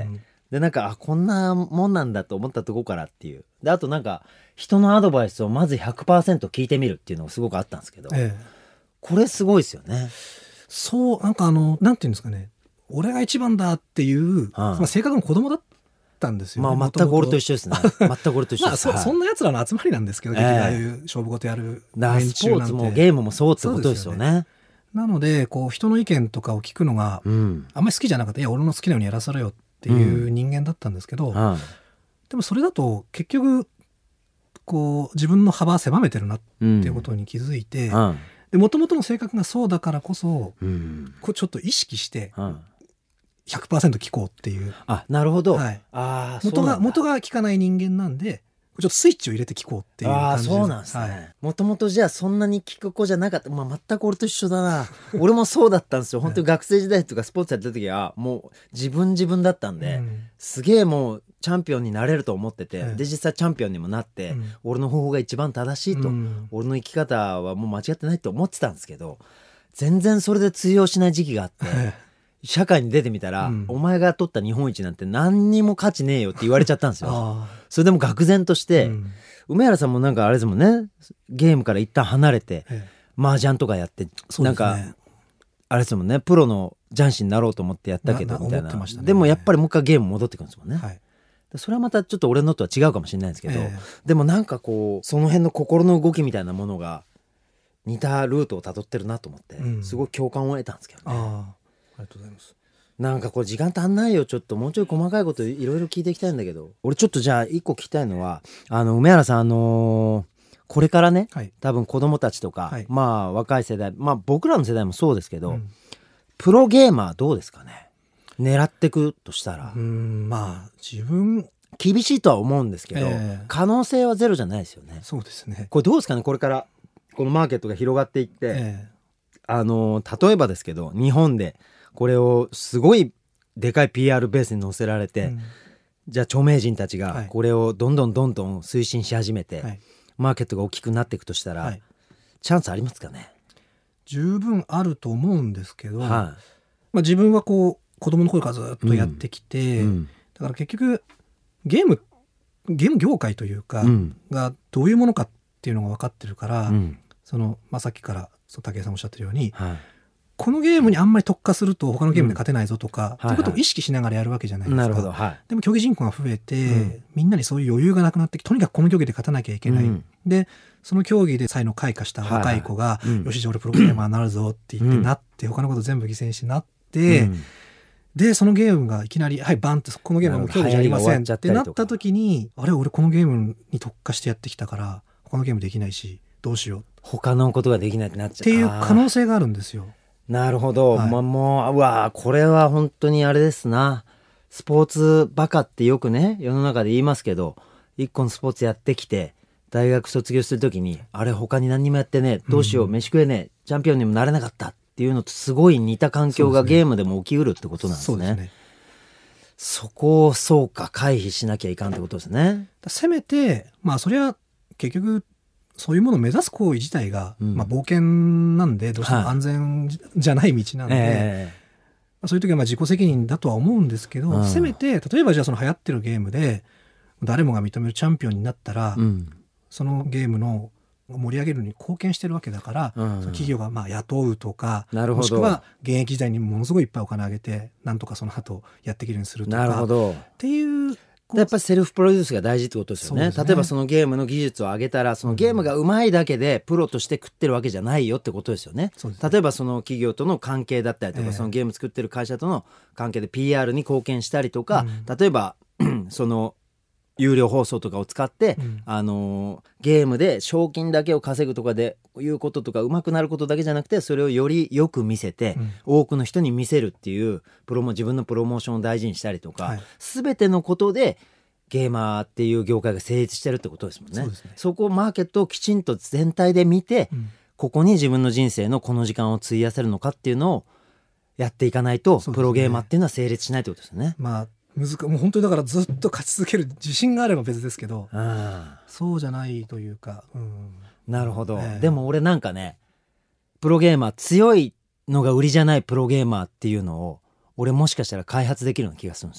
でなんかあこんなもんなんだと思ったとこからっていう。であとなんか人のアドバイスをまず ひゃくパーセント 聞いてみるっていうのがすごくあったんですけど、 ええ、 これすごいですよね。 そうなんかあのなんていうんですかね、俺が一番だっていう、はあ、まあ、性格の子供だったんですよね。 まあ全く俺と一緒ですね。全く俺と一緒です。 まあ そ, そんな奴らの集まりなんですけど、えー、ああいう勝負事やる連中なんて。スポーツもゲームもそうってことですよね。 なのでこう人の意見とかを聞くのがあんまり好きじゃなくて、いや俺の好きなようにやらされよっていう人間だったんですけど、うん、でもそれだと結局こう自分の幅狭めてるなっていうことに気づいて、もともとの性格がそうだからこそ、うん、こうちょっと意識して ひゃくパーセント 聞こうっていう。 あ、なるほど。 はい、あ元が元が聞かない人間なんで、ちょっとスイッチを入れて聞こうっていう感じです。 あ、そうなんですね。もともとじゃあそんなに聞く子じゃなかった。まあ、全く俺と一緒だな。俺もそうだったんですよ。本当に学生時代とかスポーツやってた時はもう自分自分だったんで、うん、すげえもうチャンピオンになれると思ってて、うん、で実際チャンピオンにもなって、うん、俺の方法が一番正しいと、うん、俺の生き方はもう間違ってないと思ってたんですけど、全然それで通用しない時期があって。社会に出てみたら、うん、お前が取った日本一なんて何にも価値ねえよって言われちゃったんですよ。それでも愕然として、うん、梅原さんもなんかあれですもんね、ゲームから一旦離れて、ええ、麻雀とかやって、なんか、ね、あれですもんね、プロの雀士になろうと思ってやったけどみたいな、ね、でもやっぱりもう一回ゲーム戻ってくるんですもんね、はい、それはまたちょっと俺のとは違うかもしれないんですけど、ええ、でもなんかこうその辺の心の動きみたいなものが似たルートをたどってるなと思って、うん、すごい共感を得たんですけどね。 あありがとうございます。 なんかこれ時間足んないよ。ちょっともうちょい細かいこといろいろ聞いていきたいんだけど、俺ちょっとじゃあ一個聞きたいのは、あの梅原さん、あのー、これからね、はい、多分子供たちとか、はい、まあ若い世代、まあ僕らの世代もそうですけど、うん、プロゲーマーどうですかね、狙ってくとしたら。 うーん、まあ自分厳しいとは思うんですけど、えー、可能性はゼロじゃないですよね。 そうですね。 これどうですかね、これからこのマーケットが広がっていって、えー、あのー、例えばですけど日本でこれをすごいでかい ピーアール ベースに載せられて、うん、じゃあ著名人たちがこれをどんどんどんどん推進し始めて、はい、マーケットが大きくなっていくとしたら、はい、チャンスありますかね。 十分あると思うんですけど、はい、まあ、自分はこう子供の頃からずっとやってきて、うんうん、だから結局ゲームゲーム業界というか、うん、がどういうものかっていうのが分かってるから、うん、そのまあ、さっきから武井さんおっしゃってるように、はい、このゲームにあんまり特化すると他のゲームで勝てないぞとか、うん、ということを意識しながらやるわけじゃないですか。なるほど、はい、でも競技人口が増えて、うん、みんなにそういう余裕がなくなってきて、とにかくこの競技で勝たなきゃいけない、うん、でその競技で才能開花した若い子が、はいはい、よしじゃあ俺プロゲーマーになるぞって言ってなって、うん、他のこと全部犠牲にしてなって、うん、でそのゲームがいきなりはいバンってこのゲームはもう競技じゃありませんってなった時に、あれ俺このゲームに特化してやってきたから他のゲームできないしどうしよう、 他のことができないってなっちゃうっていう可能性があるんですよ。 なるほど、はい、まあ、もううわこれは本当にあれですな。スポーツバカってよくね世の中で言いますけど、一個のスポーツやってきて大学卒業するときにあれ他に何にもやってねどうしよう、うん、飯食えねえチャンピオンにもなれなかったっていうのとすごい似た環境がゲームでも起きうるってことなんですね。そうですね。そこをそうか回避しなきゃいかんってことですね。 せめてまあそれは結局そういうものを目指す行為自体が、うん、まあ、冒険なんでどうしても安全じゃない道なんで、はい、えー、そういう時はまあ自己責任だとは思うんですけど、うん、せめて例えばじゃあその流行ってるゲームで誰もが認めるチャンピオンになったら、うん、そのゲームの盛り上げるに貢献してるわけだから、うん、その企業がまあ雇うとか、もしくは現役時代にものすごいいっぱいお金あげてなんとかその後やっていけるようにするとか、なるほどっていうやっぱりセルフプロデュースが大事ってことですよ ね, ですね。例えばそのゲームの技術を上げたらそのゲームが上手いだけでプロとして食ってるわけじゃないよってことですよ ね, ですね。例えばその企業との関係だったりとか、えー、そのゲーム作ってる会社との関係で ピーアール に貢献したりとか、うん、例えばその有料放送とかを使って、うん、あのー、ゲームで賞金だけを稼ぐとかでいうこととか上手くなることだけじゃなくてそれをよりよく見せて、うん、多くの人に見せるっていうプロモ自分のプロモーションを大事にしたりとか、はい、全てのことでゲーマーっていう業界が成立してるってことですもん ね, そうですね。そこをマーケットをきちんと全体で見て、うん、ここに自分の人生のこの時間を費やせるのかっていうのをやっていかないと、ね、プロゲーマーっていうのは成立しないってことですよね。 まあ難もう本当にだからずっと勝ち続ける自信があれば別ですけど、あそうじゃないというか、うん、 なるほど、えー、でも俺なんかねプロゲーマー強いのが売りじゃないプロゲーマーっていうのを俺もしかしたら開発できるような気がするんですよ。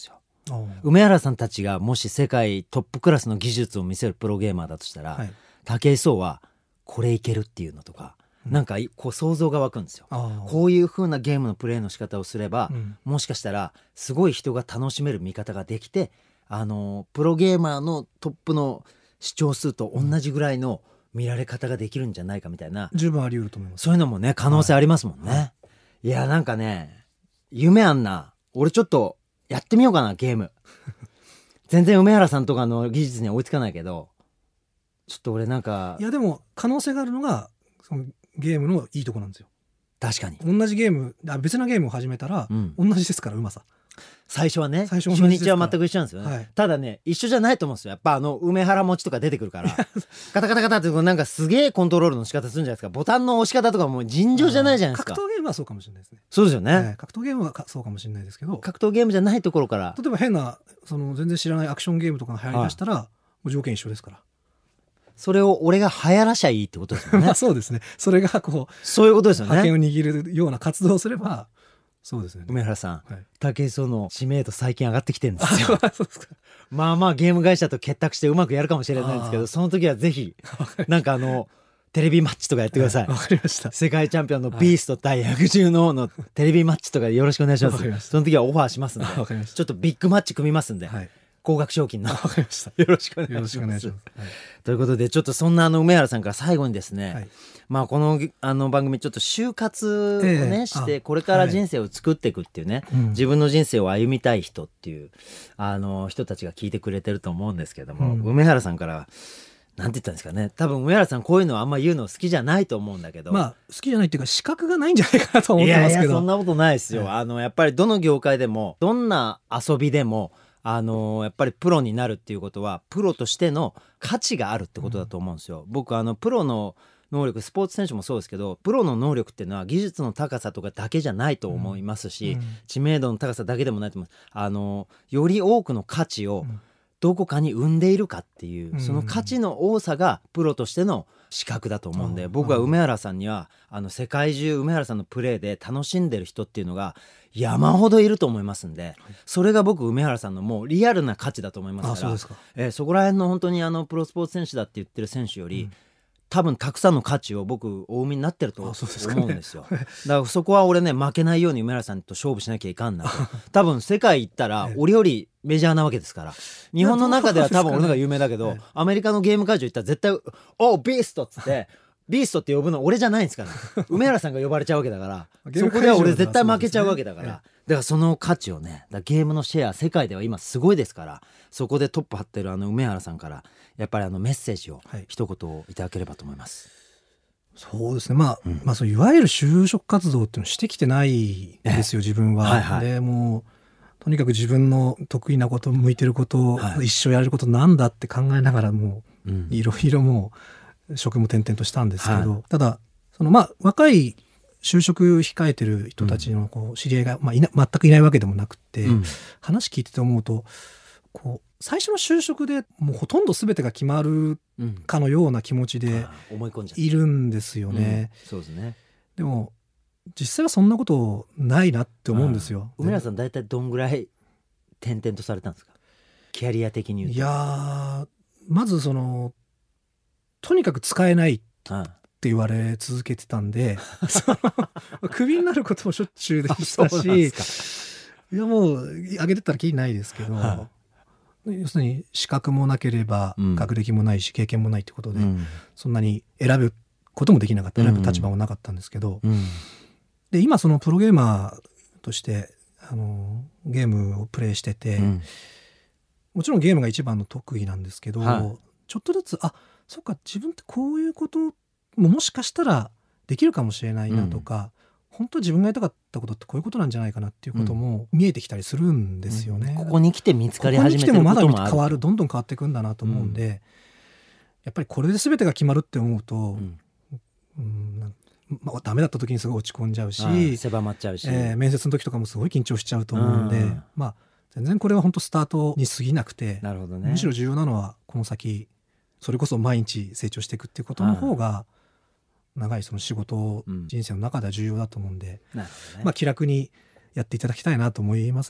梅原さんたちがもし世界トップクラスの技術を見せるプロゲーマーだとしたら、はい、武井壮はこれいけるっていうのとか、うん、なんかこう想像が湧くんですよ。こういう風なゲームのプレーの仕方をすれば、うん、もしかしたらすごい人が楽しめる見方ができて、あのプロゲーマーのトップの視聴数と同じぐらいの見られ方ができるんじゃないかみたいな、 十分あり得ると思います。 そういうのもね可能性ありますもんね、はいはい、いやなんかね夢あんな。俺ちょっとやってみようかなゲーム全然梅原さんとかの技術には追いつかないけど、ちょっと俺なんかいやでも可能性があるのがそのゲームのいいとこなんですよ。 確かに同じゲームあ別なゲームを始めたら、うん、同じですからうまさ最初はね、 最初初日は全く一緒なんですよね、 はい、 ただね一緒じゃないと思うんですよ。やっぱあの梅原持ちとか出てくるからカタカタカタってなんかすげえコントロールの仕方するんじゃないですか。ボタンの押し方とかもう尋常じゃないじゃないですか。 格闘ゲームはそうかもしれないですね。 そうですよね、 はい、格闘ゲームはそうかもしれないですけど、 格闘ゲームじゃないところから例えば変なその全然知らないアクションゲームとかが流行りだしたら、はい、もう条件一緒ですから、 それを俺が流行らしゃいいってことですよねそうですね。それがこうそういうことですよね。 覇権を握るような活動をすればそうですね。 梅原さん、 はい、 武井壮の知名度最近上がってきてるんですよそうですか。まあまあゲーム会社と結託してうまくやるかもしれないんですけど、その時はぜひなんかあのテレビマッチとかやってください。 わかりました。 世界チャンピオンのビースト対百獣の王のテレビマッチとかよろしくお願いします。その時はオファーしますんで、ちょっとビッグマッチ組みますんで、はい、高額賞金の。 わかりました。 よろしくお願いします。はい、ということでちょっとそんなあの梅原さんから最後にですね、はい、まあこのあの番組ちょっと就活をね、えー、してこれから人生を作っていくっていうね、はい、自分の人生を歩みたい人っていうあの人たちが聞いてくれてると思うんですけども、うん、梅原さんからなんて言ったんですかね。多分梅原さんこういうのはあんま言うの好きじゃないと思うんだけど、 まあ好きじゃないっていうか資格がないんじゃないかなと思ってますけど。いやいやそんなことないですよ、はい、あのやっぱりどの業界でもどんな遊びでもあのやっぱりプロになるっていうことはプロとしての価値があるってことだと思うんですよ、うん、僕あのプロの能力スポーツ選手もそうですけどプロの能力っていうのは技術の高さとかだけじゃないと思いますし、うん、知名度の高さだけでもないと思います。あのより多くの価値をどこかに生んでいるかっていう、うん、その価値の多さがプロとしての資格だと思うんで、うん、僕は梅原さんにはあの世界中梅原さんのプレーで楽しんでる人っていうのが山ほどいると思いますんで、はい、それが僕梅原さんのもうリアルな価値だと思いますから、あ、そうですか。えー、そこら辺の本当にあのプロスポーツ選手だって言ってる選手より、うん、多分たくさんの価値を僕お生みになってると思うんですよ。だからそこは俺ね負けないように梅原さんと勝負しなきゃいかんなと多分世界行ったら俺よりメジャーなわけですから、日本の中では多分俺のが有名だけど、アメリカのゲーム会場行ったら絶対おビーストっつってビーストって呼ぶの俺じゃないんですから梅原さんが呼ばれちゃうわけだからそこでは俺絶対負けちゃうわけだから、だからその価値をね、だゲームのシェア世界では今すごいですから、そこでトップ張ってるあの梅原さんからやっぱりあのメッセージを一言いただければと思います。 はい、そうですね、まあ、うん、まあそういわゆる就職活動っていうのをしてきてないんですよ、自分は。はいはい、でもうとにかく自分の得意なこと向いてることを、はい、一生やれることなんだって考えながらもういろいろもう職務転々としたんですけど、はい、ただそのまあ若い就職控えてる人たちのこう知り合いが、まあ、いな全くいないわけでもなくて、うん、話聞いてて思うとこう最初の就職でもうほとんど全てが決まるかのような気持ちでいるんですよね。 そうですね。 でも実際はそんなことないなって思うんですよ。 梅原さん大体どんぐらい転々とされたんですか、キャリア的に言うと。 いやまずそのとにかく使えないって言われ続けてたんでクビになることもしょっちゅうでしたしいやもう上げてったらきりないですけど、はい、要するに資格もなければ学歴もないし経験もないってことで、うん、そんなに選ぶこともできなかった、選ぶ立場もなかったんですけど、うんうん、で今そのプロゲーマーとしてあのゲームをプレイしてて、うん、もちろんゲームが一番の特技なんですけど、はい、ちょっとずつあそっか自分ってこういうことももしかしたらできるかもしれないなとか、うん、本当は自分がやりたかったことってこういうことなんじゃないかなっていうことも見えてきたりするんですよね、 うん、ここに来て見つかり始めてることもある。 ここに来てもまだ変わる、どんどん変わっていくんだなと思うんで、うん、やっぱりこれで全てが決まるって思うと、うんうんまあ、ダメだった時にすごい落ち込んじゃうし、 狭まっちゃうし、 えー、面接の時とかもすごい緊張しちゃうと思うんで、うん、まあ全然これは本当スタートに過ぎなくて、 なるほどね、 むしろ重要なのはこの先それこそ毎日成長していくっていうことの方が長いその仕事、人生の中では重要だと思うんで、うん、なるほどね、まあ、気楽にやっていただきたいなと思いますね。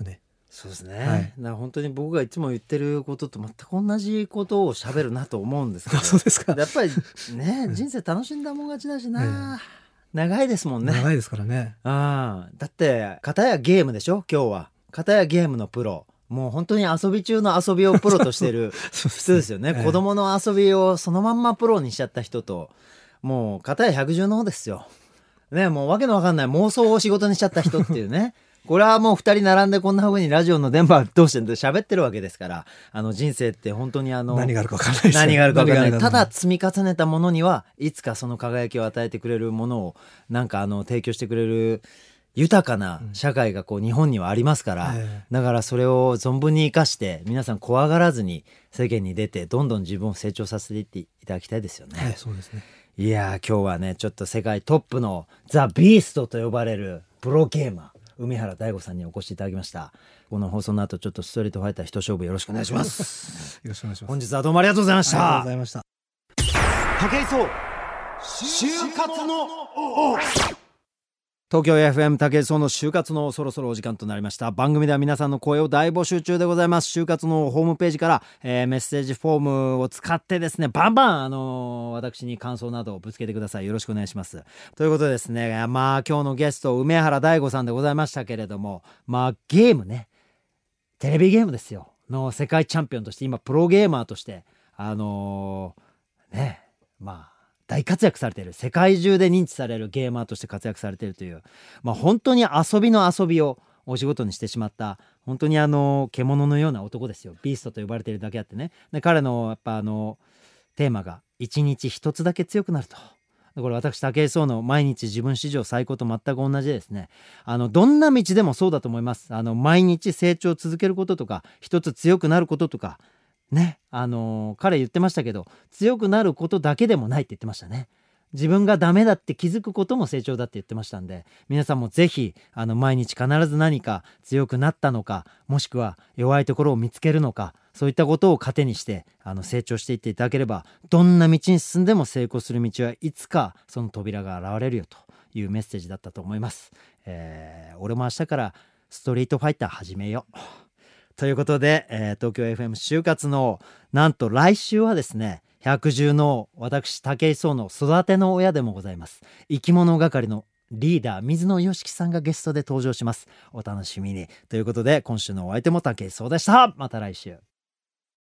そうですね、 はい、 だから本当に僕がいつも言ってることと全く同じことを喋るなと思うんですけどそうですか。 やっぱりね人生楽しんだもん勝ちだしな、えー、長いですもんね。 長いですからね。 あだって片やゲームでしょ今日は。片やゲームのプロ、もう本当に遊び中の遊びをプロとしてる人ですよね。子供の遊びをそのまんまプロにしちゃった人と、もう片や百獣の王ですよね。もうわけのわかんない妄想を仕事にしちゃった人っていうねこれはもうふたり並んでこんな風にラジオの電波通して喋ってるわけですから、あの人生って本当にあの何があるか分かんないですよ。 何があるか分かんない。ただ積み重ねたものにはいつかその輝きを与えてくれるものをなんかあの提供してくれる豊かな社会がこう日本にはありますから、うん、だからそれを存分に生かして皆さん怖がらずに世間に出てどんどん自分を成長させていっていただきたいですよね。 はい、そうですね。 いや今日はねちょっと世界トップのザ・ビーストと呼ばれるプロゲーマー梅原大吾さんにお越しいただきました。この放送の後ちょっとストリートファイター一勝負よろしくお願いしますよろしくお願いします。 本日はどうもありがとうございました。 ありがとうございました。 武井壮就活の王。 東京 エフエム 武井壮の就活のそろそろお時間となりました。番組では皆さんの声を大募集中でございます。就活のホームページから、えー、メッセージフォームを使ってですねバンバン、あのー、私に感想などをぶつけてください。よろしくお願いします。ということでですね、まあ今日のゲスト梅原大吾さんでございましたけれども、まあゲームね、テレビゲームですよの世界チャンピオンとして今プロゲーマーとしてあのー、ねまあ大活躍されている、世界中で認知されるゲーマーとして活躍されているという、まあ、本当に遊びの遊びをお仕事にしてしまった本当にあの獣のような男ですよ。ビーストと呼ばれているだけあってね。で彼のやっぱあのテーマが一日一つだけ強くなると。これ私武井壮の毎日自分史上最高と全く同じでですね、あのどんな道でもそうだと思います。あの毎日成長を続けることとか一つ強くなることとかね、あのー、彼言ってましたけど強くなることだけでもないって言ってましたね。自分がダメだって気づくことも成長だって言ってましたんで、皆さんもぜひあの毎日必ず何か強くなったのか、もしくは弱いところを見つけるのか、そういったことを糧にしてあの成長していっていただければ、どんな道に進んでも成功する道はいつかその扉が現れるよというメッセージだったと思います。えー、俺も明日からストリートファイター始めようということで、えー、東京 エフエム 就活のなんと来週はですね、百獣の私武井壮の育ての親でもございます生き物係のリーダー水野良樹さんがゲストで登場します。お楽しみにということで、今週のお相手も武井壮でした。また来週。